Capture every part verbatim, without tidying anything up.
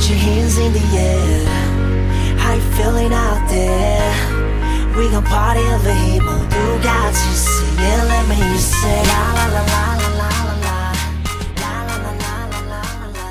Put your hands in the air. How you feeling out there? We gon' party over here. 모두 같이 sing it. Let me hear you say la la la la la la la la la la la la la la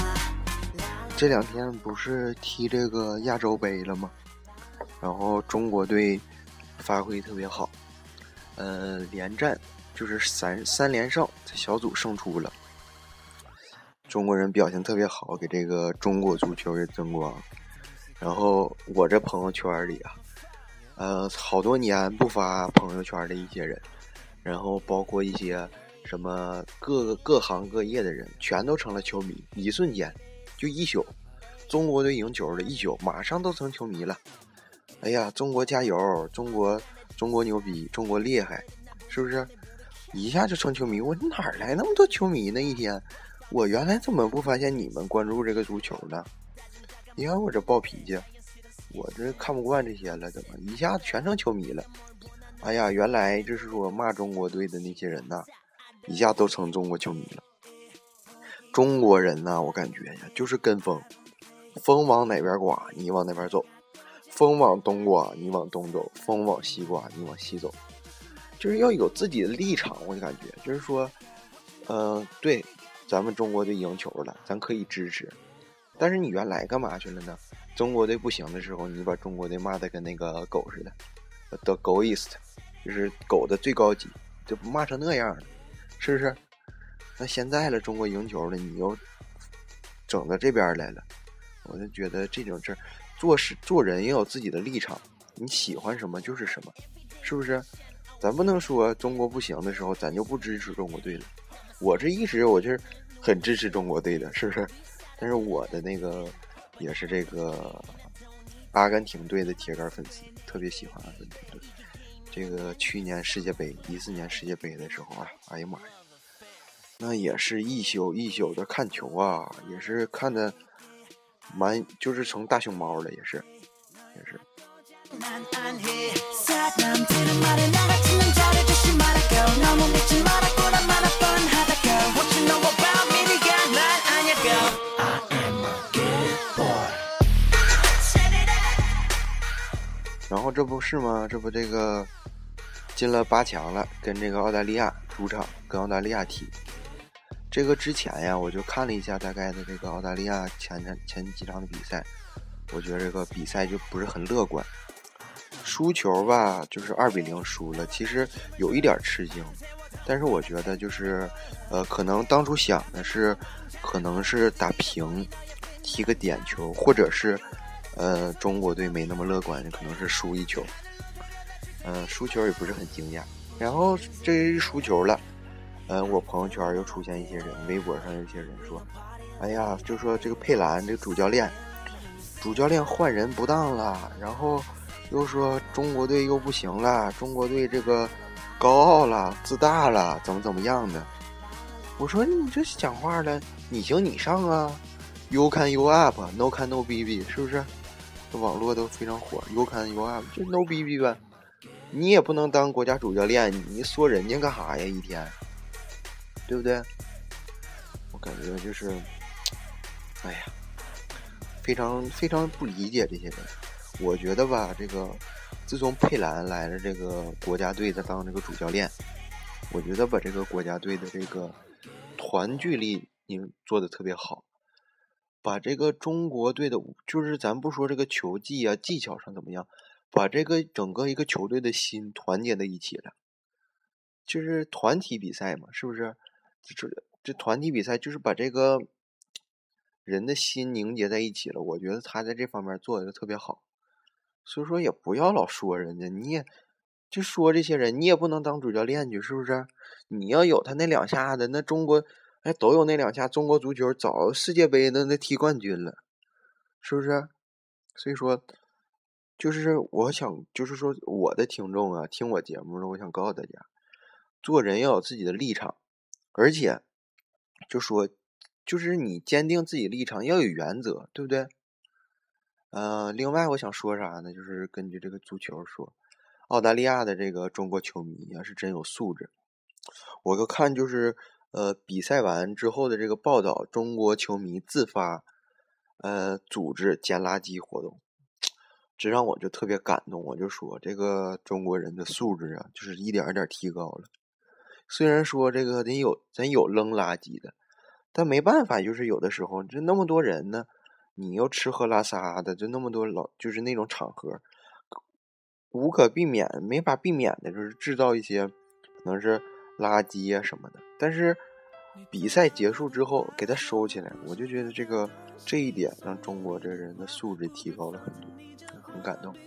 la。 这两天不是踢这个亚洲杯了吗？然后中国队发挥特别好，呃，连战就是三三连胜，小组胜出了。中国人表现特别好，给这个中国足球也争光。然后我这朋友圈里啊，呃，好多年不发朋友圈的一些人，然后包括一些什么各个各行各业的人，全都成了球迷，一瞬间就一宿，中国队赢球了一宿，马上都成球迷了。哎呀，中国加油，中国中国牛逼，中国厉害，是不是？一下就成球迷。我哪儿来那么多球迷呢？一天，我原来怎么不发现你们关注这个足球呢？你看我这暴脾气，我这看不惯这些了，怎么一下子全成球迷了？哎呀，原来就是说骂中国队的那些人呐，一下都成中国球迷了。中国人呐，我感觉呀，就是跟风，风往哪边刮，你往哪边走。风往东刮，你往东走；风往西刮，你往西走。就是要有自己的立场，我就感觉就是说，呃，对，咱们中国队赢球了，咱可以支持。但是你原来干嘛去了呢？中国队不行的时候，你把中国队骂得跟那个狗似的 ，the goist， 就是狗的最高级，就骂成那样了，是不是？那现在了，中国赢球了，你又整到这边来了，我就觉得这种事儿。做事做人要有自己的立场，你喜欢什么就是什么，是不是？咱不能说中国不行的时候，咱就不支持中国队了。我这一直我就是很支持中国队的，是不是？但是我的那个也是这个阿根廷队的铁杆粉丝，特别喜欢阿根廷队。这个去年世界杯，一四年世界杯的时候啊，哎呀妈呀，那也是一宿一宿的看球啊，也是看的。蛮就是成大熊猫了，也是，也是。然后这不是吗？这不这个进了八强了，跟这个澳大利亚主场跟澳大利亚踢。这个之前呀，我就看了一下大概的这个澳大利亚前前几场的比赛，我觉得这个比赛就不是很乐观，输球吧就是二比零输了，其实有一点吃惊，但是我觉得就是呃，可能当初想的是，可能是打平，踢个点球，或者是呃中国队没那么乐观，可能是输一球，呃输球也不是很惊讶，然后这一输球了。嗯，我朋友圈又出现一些人，微博上有一些人说，哎呀，就说这个佩兰这个主教练，主教练换人不当了，然后又说中国队又不行了，中国队这个高傲了，自大了，怎么怎么样的。我说你这讲话了，你行你上啊 ，You can you up，No can no B B， 是不是？这网络都非常火 ，You can you up， 就 no B B 呗。你也不能当国家主教练，你说人家干啥呀？一天。对不对？我感觉就是，哎呀，非常非常不理解这些人。我觉得吧，这个自从佩兰来了这个国家队的当这个主教练，我觉得把这个国家队的这个团聚力你做的特别好，把这个中国队的，就是咱不说这个球技啊技巧上怎么样，把这个整个一个球队的心团结在一起了，就是团体比赛嘛，是不是？这这团体比赛就是把这个人的心凝结在一起了，我觉得他在这方面做的特别好，所以说也不要老说人家，你也就说这些人，你也不能当主教练去，是不是？你要有他那两下的，那中国哎都有那两下，中国足球早世界杯的那踢冠军了，是不是？所以说，就是我想，就是说我的听众啊，听我节目的，我想告诉大家，做人要有自己的立场。而且就说就是你坚定自己立场要有原则，对不对？呃另外我想说啥呢，就是根据这个足球说，澳大利亚的这个中国球迷啊是真有素质。我就看就是呃比赛完之后的这个报道，中国球迷自发呃组织捡垃圾活动，这让我就特别感动。我就说这个中国人的素质啊，就是一点一点提高了。虽然说这个咱有咱有扔垃圾的，但没办法，就是有的时候这那么多人呢，你又吃喝拉撒的，就那么多老就是那种场合，无可避免没法避免的就是制造一些可能是垃圾啊什么的。但是比赛结束之后给它收起来，我就觉得这个这一点让中国这人的素质提高了很多，很感动。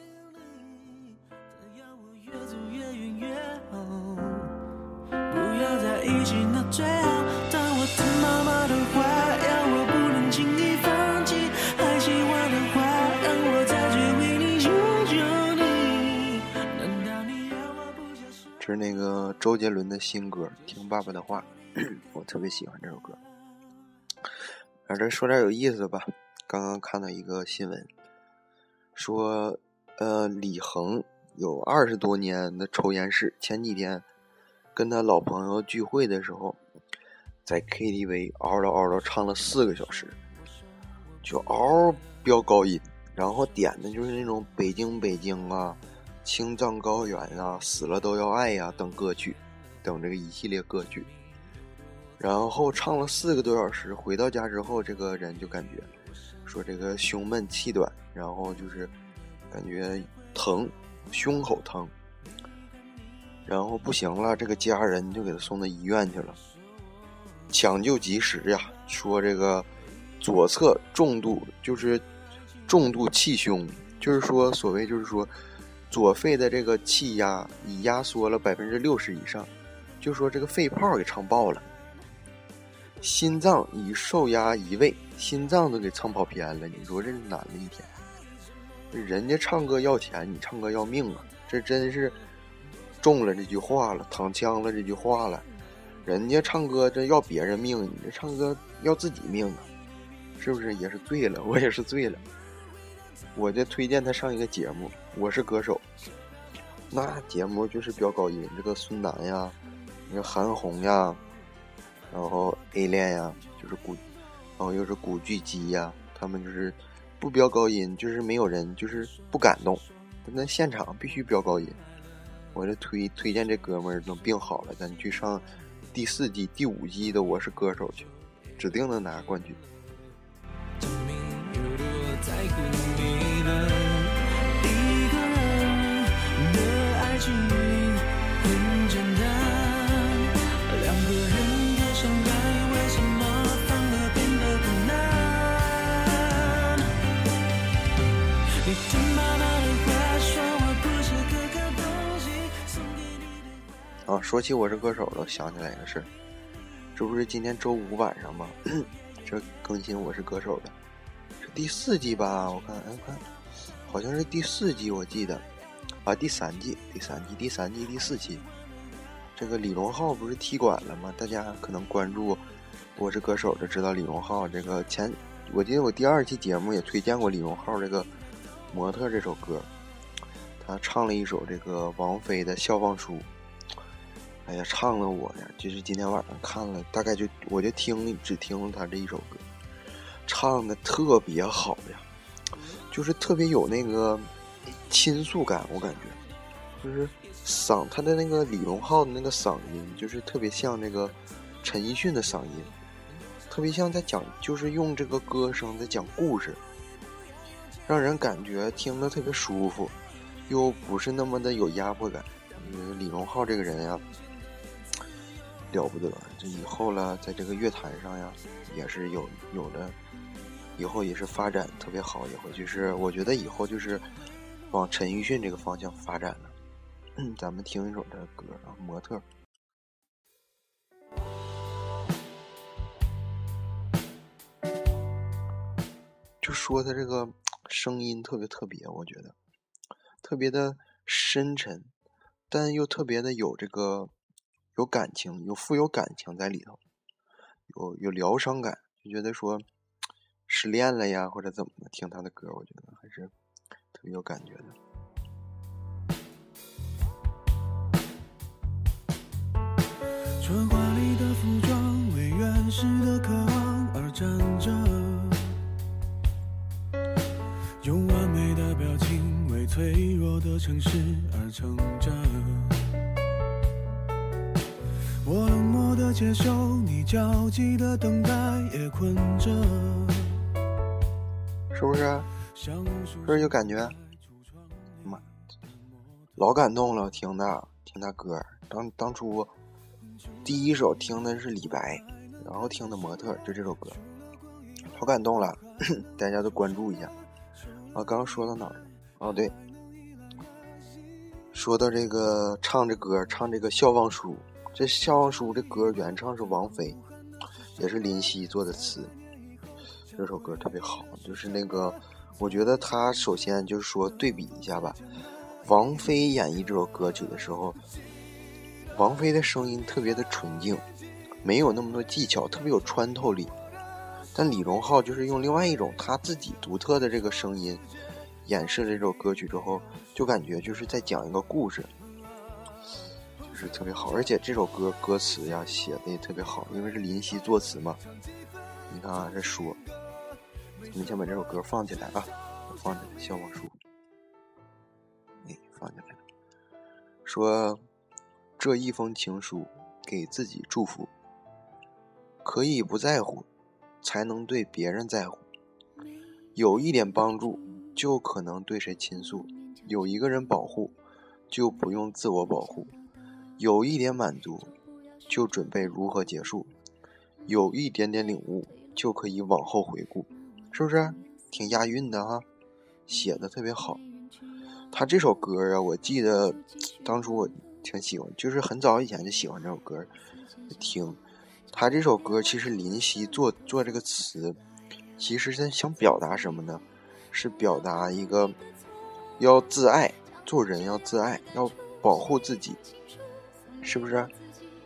不要在一起那最好，但我听妈妈的话，要我不能轻易放弃，还喜欢的话让我再去为你求求你，难道你要我不相信？这是那个周杰伦的新歌《听爸爸的话》，我特别喜欢这首歌。而这说点有意思的吧，刚刚看到一个新闻，说呃李恒有二十多年的抽烟史，前几天跟他老朋友聚会的时候，在 K T V 嗷唠嗷唠唱了四个小时，就嗷飙高音，然后点的就是那种北京北京啊、青藏高原啊、死了都要爱呀、啊、等歌曲，等这个一系列歌曲，然后唱了四个多小时，回到家之后，这个人就感觉说这个胸闷气短，然后就是感觉疼，胸口疼。然后不行了，这个家人就给他送到医院去了，抢救及时呀，说这个左侧重度就是重度气胸，就是说所谓就是说左肺的这个气压已压缩了百分之六十以上，就说这个肺泡给唱爆了，心脏已受压移位，心脏都给唱跑偏了，你说这是难了一天。人家唱歌要钱，你唱歌要命啊，这真是中了这句话了，躺枪了这句话了。人家唱歌这要别人命，你这唱歌要自己命啊，是不是也是醉了？我也是醉了。我就推荐他上一个节目《我是歌手》，那节目就是飙高音，这个孙楠呀，那个韩红呀，然后 A 恋呀，就是古，然后又是古巨基呀，他们就是不飙高音，就是没有人就是不感动，那现场必须飙高音。我就推推荐这哥们儿等病好了，咱去上第四季、第五季的《我是歌手》去，指定能拿冠军。证明有多在乎你的一个人的爱情很简单，两个人的相爱为什么反而变得更难？你听妈妈的话，说我不是个个东西送给你的。啊，说起我是歌手了，想起来一个事儿，这不是今天周五晚上吗？这更新我是歌手的，是第四季吧？我看，哎看，好像是第四季，我记得啊，第三季，第三季，第三季第四期。这个李荣浩不是踢馆了吗？大家可能关注我是歌手的知道李荣浩这个前，我记得我第二期节目也推荐过李荣浩这个模特这首歌，他唱了一首这个王菲的《消防书》。哎呀，唱了我呀！就是今天晚上看了，大概就我就听只听了他这一首歌，唱的特别好呀，就是特别有那个倾诉感，我感觉就是嗓他的那个李荣浩的那个嗓音，就是特别像那个陈奕迅的嗓音，特别像在讲，就是用这个歌声在讲故事，让人感觉听得特别舒服，又不是那么的有压迫感。李荣浩这个人呀，了不得，这以后了，在这个乐坛上呀，也是有有的，以后也是发展特别好，以后就是我觉得以后就是往陈奕迅这个方向发展了。嗯，咱们听一首这个歌啊，模特。就说他这个声音特别特别，我觉得特别的深沉，但又特别的有这个有感情，有富有感情在里头，有有疗伤感，就觉得说失恋了呀或者怎么的，听他的歌我觉得还是特别有感觉的。春华里的服装为原始的渴望而站着， 城市而撑着，我冷漠的接受你焦急的等待，也困着， 是不是？是不是有感觉？妈，老感动了，听的听他歌。当当初第一首听的是李白，然后听的模特，就这首歌，好感动了，大家都关注一下。啊，刚刚说到哪儿了？哦，对，说到这个唱这歌，唱这个《笑忘书》，这《笑忘书》这歌原唱是王菲，也是林夕做的词。这首歌特别好，就是那个，我觉得他首先就是说对比一下吧。王菲演绎这首歌曲的时候，王菲的声音特别的纯净，没有那么多技巧，特别有穿透力。但李荣浩就是用另外一种他自己独特的这个声音演示了这首歌曲之后，就感觉就是在讲一个故事，就是特别好。而且这首歌歌词呀写的也特别好，因为是林夕作词嘛。你看啊，这说，我们先把这首歌放起来啊，放起来，《笑忘书》。哎，放进来了。说这一封情书给自己祝福，可以不在乎，才能对别人在乎。有一点帮助，就可能对谁倾诉；有一个人保护，就不用自我保护；有一点满足，就准备如何结束；有一点点领悟，就可以往后回顾。是不是挺押韵的哈？写的特别好。他这首歌啊，我记得当初我挺喜欢，就是很早以前就喜欢这首歌听。他这首歌其实林夕做做这个词，其实是想表达什么呢？是表达一个要自爱，做人要自爱，要保护自己，是不是？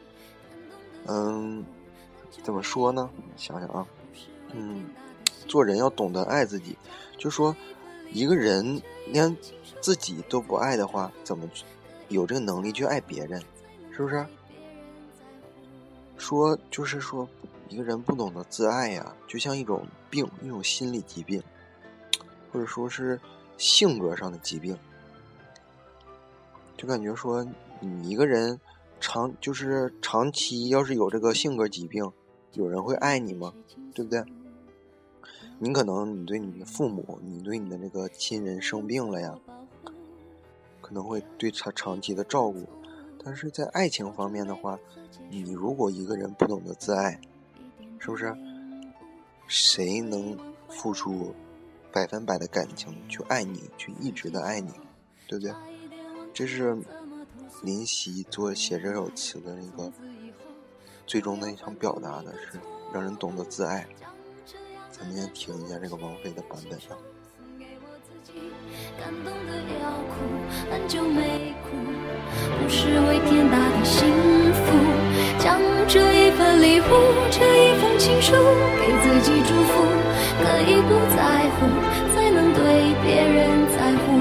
嗯，怎么说呢？想想啊，嗯，做人要懂得爱自己，就说一个人连自己都不爱的话，怎么有这个能力去爱别人？是不是？说就是说，一个人不懂得自爱呀、啊，就像一种病，一种心理疾病，或者说是性格上的疾病。就感觉说，你一个人长就是长期要是有这个性格疾病，有人会爱你吗？对不对？你可能你对你的父母，你对你的那个亲人生病了呀，可能会对他长期的照顾。但是在爱情方面的话，你如果一个人不懂得自爱，是不是谁能付出百分百的感情去爱你，去一直的爱你，对不对？这是林夕做写这首词的那个最终的想表达的是让人懂得自爱。咱们先听一下这个王菲的版本啊。 感动的要哭，很久没哭，不是为天大的幸福，将这一份礼物，这一封情书给自己祝福，可以不在乎，才能对别人在乎。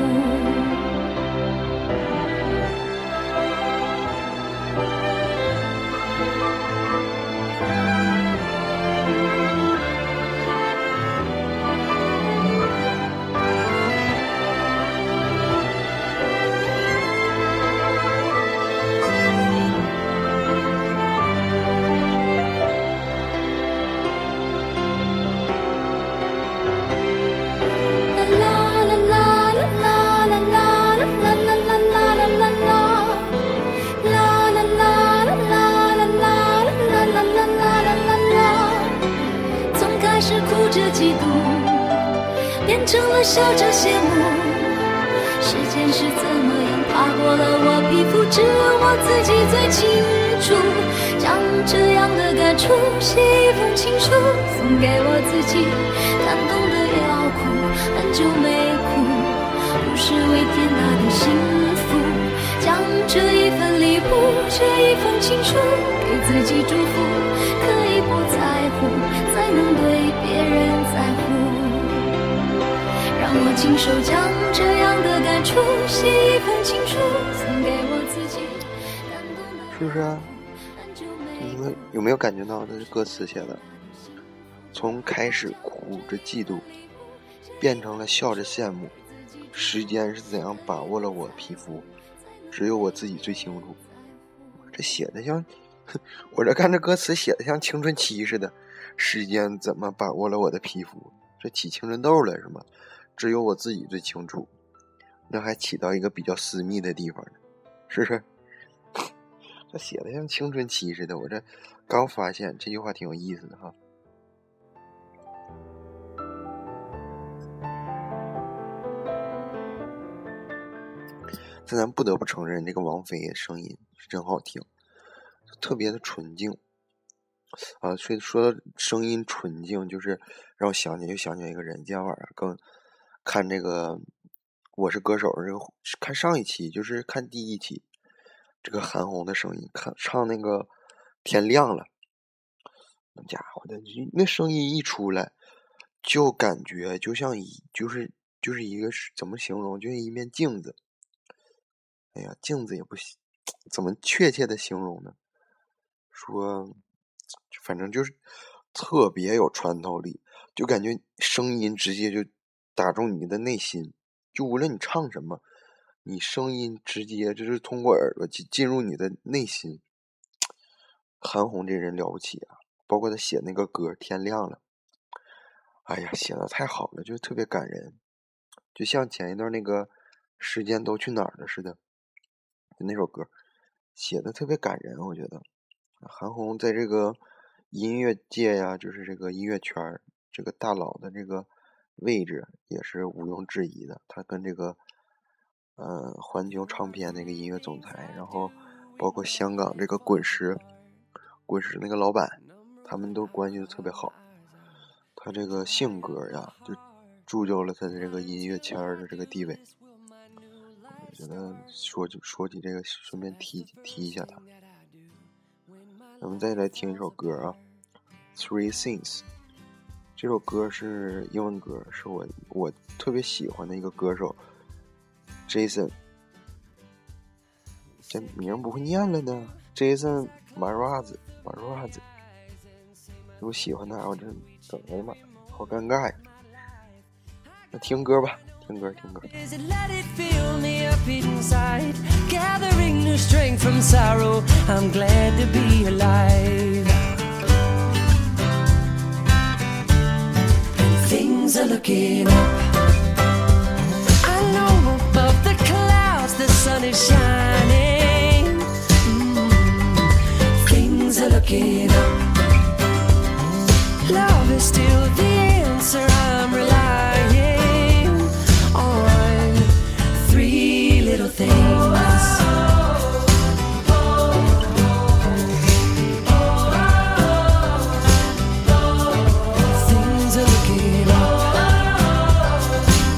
嫉妒变成了笑着羡慕，时间是怎么样爬过了我皮肤，只有我自己最清楚。将这样的感触写一封情书，送给我自己，感动的要哭，很久没哭，不是为天大的幸福，将这一份礼物，这一封情书给自己祝福，可以不在乎，才能对别人在乎。让我亲手将这样的感触写一封情书，送给我自己。 是不是啊？你们有没有感觉到这是歌词写的？从开始哭着嫉妒，变成了笑着羡慕， 时间是怎样把握了我皮肤，只有我自己最清楚。这写的像，我这看这歌词写的像青春期似的。时间怎么把握了我的皮肤？这起青春痘了是吗？只有我自己最清楚。那还起到一个比较私密的地方呢，是不是？这写的像青春期似的。我这刚发现这句话挺有意思的哈。但咱不得不承认，这个王菲的声音是真好听，特别的纯净啊。所以说到声音纯净，就是让我想起就想起来一个人。今天晚上更看这个《我是歌手》这个，看上一期就是看第一期，这个韩红的声音，看唱那个天亮了，那家伙的那声音一出来，就感觉就像一就是就是一个怎么形容，就像一面镜子。哎呀，镜子也不怎么确切的形容呢？说，反正就是特别有穿透力，就感觉声音直接就打中你的内心，就无论你唱什么，你声音直接就是通过耳朵进进入你的内心。韩红这人了不起啊，包括他写那个歌《天亮了》，哎呀，写的太好了，就特别感人，就像前一段那个《时间都去哪儿了》似的。那首歌写的特别感人，我觉得韩红在这个音乐界呀，就是这个音乐圈这个大佬的这个位置也是毋庸置疑的。他跟这个呃环球唱片那个音乐总裁，然后包括香港这个滚石滚石那个老板，他们都关系都特别好。他这个性格呀，就铸就了他的这个音乐圈的这个地位。我觉得说就说起这个，顺便提提一下他。咱们再来听一首歌啊 ，Three Things。这首歌是英文歌，是我我特别喜欢的一个歌手 Jason。这名不会念了呢 ，Jason Mraz Mraz。我喜欢他，我这等着嘛，好尴尬呀。那听歌吧。听歌听歌 Let it fill me up inside, gathering new strength from sorrow. I'm glad to be alive. And things are looking up. I know above the clouds the sun is shining. Mm, things are looking up. Love is still the answer. I'm relying little things. Things are looking up.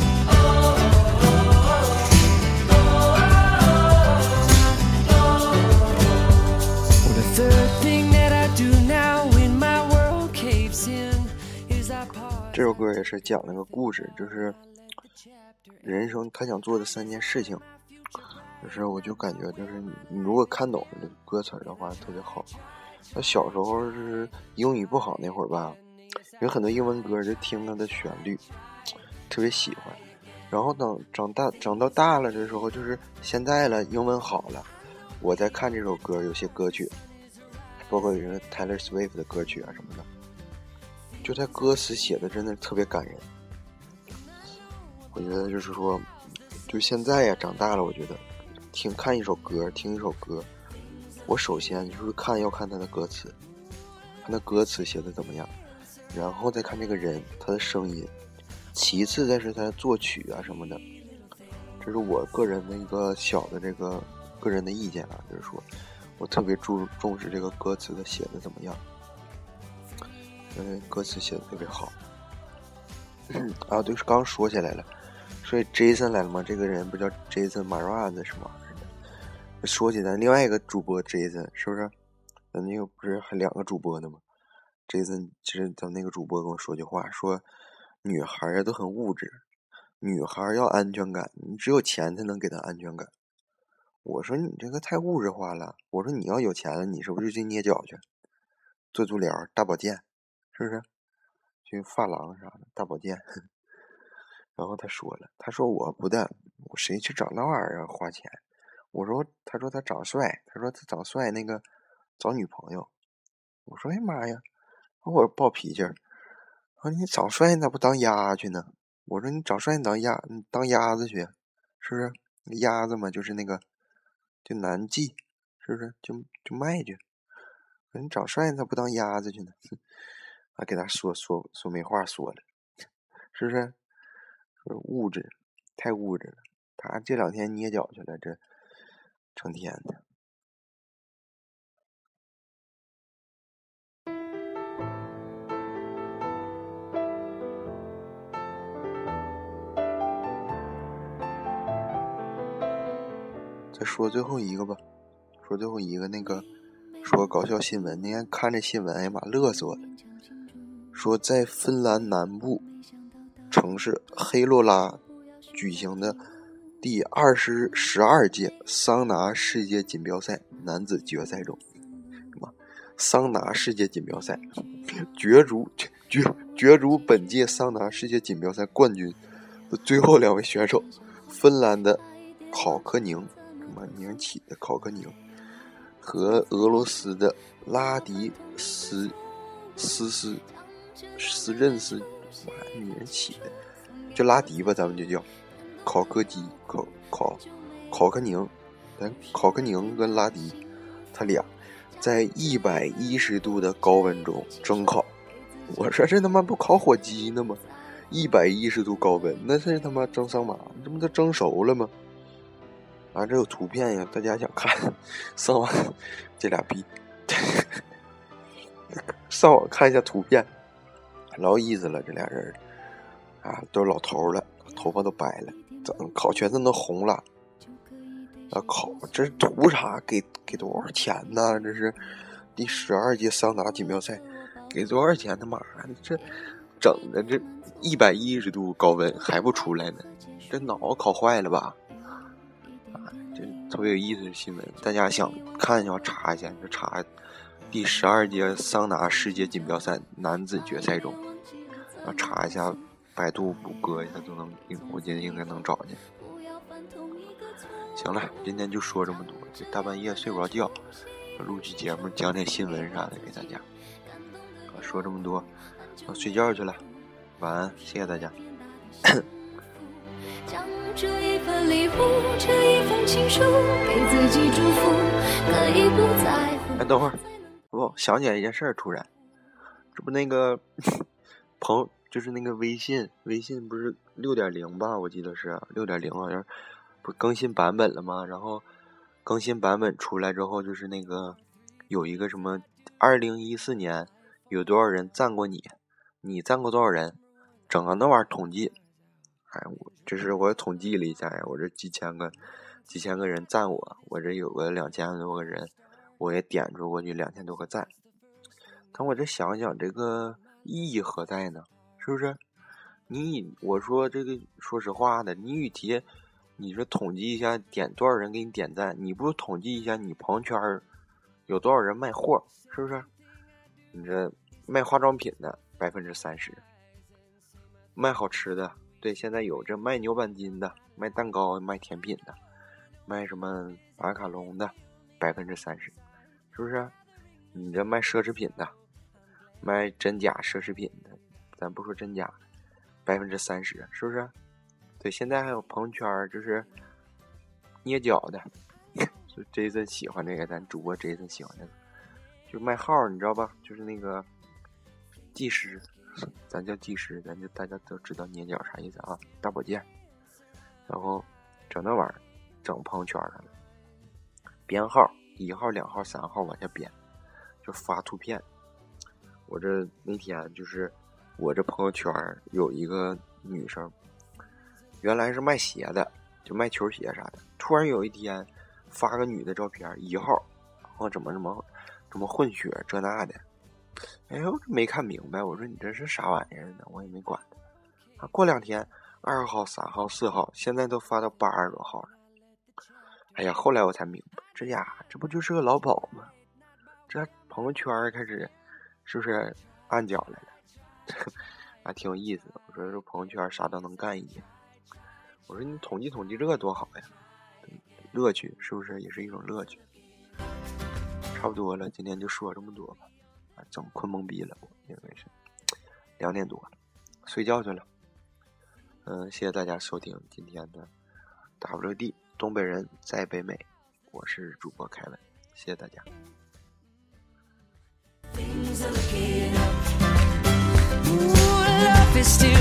Well, the third thing that I do now when my world caves in is I part. 这首歌也是讲了个故事，就是人生他想做的三件事情。就是我就感觉就是你你如果看懂这个歌词的话特别好。他小时候是英语不好那会儿吧，有很多英文歌就听他的旋律特别喜欢，然后等长大长到大了的时候，就是现在了英文好了，我在看这首歌，有些歌曲包括有人 Taylor Swift 的歌曲啊什么的，就他歌词写的真的特别感人。我觉得就是说就现在呀长大了，我觉得听看一首歌听一首歌，我首先就是看要看他的歌词，看他歌词写的怎么样，然后再看这个人他的声音，其次再是他的作曲啊什么的。这是我个人的一个小的这个个人的意见啊，就是说我特别注重视这个歌词的写的怎么样，因为歌词写的特别好。啊对，刚说起来了，所以 Jason 来了吗？这个人不叫 Jason Mraz 是吗？说起咱另外一个主播 Jason 是不是？咱那个不是还两个主播呢吗？ Jason 其实咱那个主播跟我说句话，说女孩呀都很物质，女孩要安全感，你只有钱才能给她安全感。我说你这个太物质化了，我说你要有钱了，你是不是就去捏脚去，做足疗、大保健，是不是？去发廊啥的大保健。 然后他说了，他说我不的，我谁去找那玩意儿花钱？我说，他说他长帅，他说他长帅那个找女朋友。我说哎妈呀，我暴脾气儿。我说你长帅你咋不当鸭去呢？我说你长帅你当鸭，你当鸭子去，是不是？鸭子嘛，就是那个就南记，是不是？就就卖去。我说你长帅你咋不当鸭子去呢？还给他说说说没话说了，是不是？物质太物质了。他这两天捏脚去了，这成天的。再说最后一个吧，说最后一个那个说搞笑新闻，那天看这新闻，哎呀妈，乐死我了。说在芬兰南部城市黑洛拉举行的第二十十二届桑拿世界锦标赛男子决赛中，什么桑拿世界锦标赛角逐角角逐本届桑拿世界锦标赛冠军的最后两位选手，芬兰的考科宁，什么名起的考科宁，和俄罗斯的拉迪斯斯斯斯任斯，妈女人起的，就拉迪吧，咱们就叫考科基考考考科宁，咱考科宁跟拉迪，他俩在一百一十度的高温中蒸烤。我说这他妈不烤火鸡呢吗？一百一十度高温，那是他妈蒸桑麻，这不都蒸熟了吗？啊，这有图片呀，大家想看，上网这俩逼，上网看一下图片，老有意思了。这俩人啊，都是老头了，头发都白了，整烤全身都红了。啊，烤这是图啥？给给多少钱呢？这是第十二届桑拿锦标赛，给多少钱？他妈的，这整的这一百一十度高温还不出来呢，这脑烤坏了吧？这特别有意思的新闻，大家想看要查一下，就查第十二届桑拿世界锦标赛男子决赛中，啊，查一下百度、谷歌一下都能，我觉得应该能找见。行了，今天就说这么多，这大半夜睡不着觉，录期节目讲点新闻啥的给大家。啊，说这么多，我睡觉去了，晚安，谢谢大家。 将这一份礼物，这一封情书，给自己祝福，可以不在乎。 哎，等会儿，我想起来一件事儿，突然，这不那个朋，就是那个微信，微信不是六点零吧？我记得是六点零，好像不更新版本了吗？然后更新版本出来之后，就是那个有一个什么，二零一四年有多少人赞过你，你赞过多少人，整个那玩意儿统计。哎，我这是我统计了一下呀，我这几千个几千个人赞我，我这有个两千多个人，我也点出过去两千多个赞。但我这想想，这个意义何在呢？是不是？你我说这个说实话的，你与其你说统计一下点多少人给你点赞，你不如统计一下你朋友圈有多少人卖货，是不是？你这卖化妆品的百分之三十，卖好吃的。对，现在有这卖牛板筋的，卖蛋糕、卖甜品的，卖什么马卡龙的，百分之三十，是不是？你这卖奢侈品的，卖真假奢侈品的，咱不说真假，百分之三十，是不是？对，现在还有朋友圈就是捏脚的，就 Jason 喜欢这个，咱主播 Jason 喜欢这个，就卖号，你知道吧？就是那个技师。咱叫技师，咱就大家都知道捏脚啥意思啊，大保健。然后整那玩意儿，整朋友圈上了，编号一号、两号、三号往下编，就发图片。我这那天就是我这朋友圈有一个女生，原来是卖鞋的，就卖球鞋啥的。突然有一天发个女的照片，一号，然后怎么怎么怎么混血这那的。哎呦，没看明白，我说你这是啥玩意儿呢？我也没管他。啊，过两天二号、三号、四号，现在都发到八十多号了。哎呀，后来我才明白，这家这不就是个劳保吗？这朋友圈开始是不是按脚来了？ 还挺有意思的。我说这朋友圈啥都能干一点，我说你统计统计这个多好呀，乐趣是不是也是一种乐趣？差不多了，今天就说这么多吧，啊，整困懵逼了，我因为是两点多了，睡觉去了。嗯、呃，谢谢大家收听今天的 W D 东北人在北美，我是主播凯文，谢谢大家。 Things are looking up. Ooh, love is still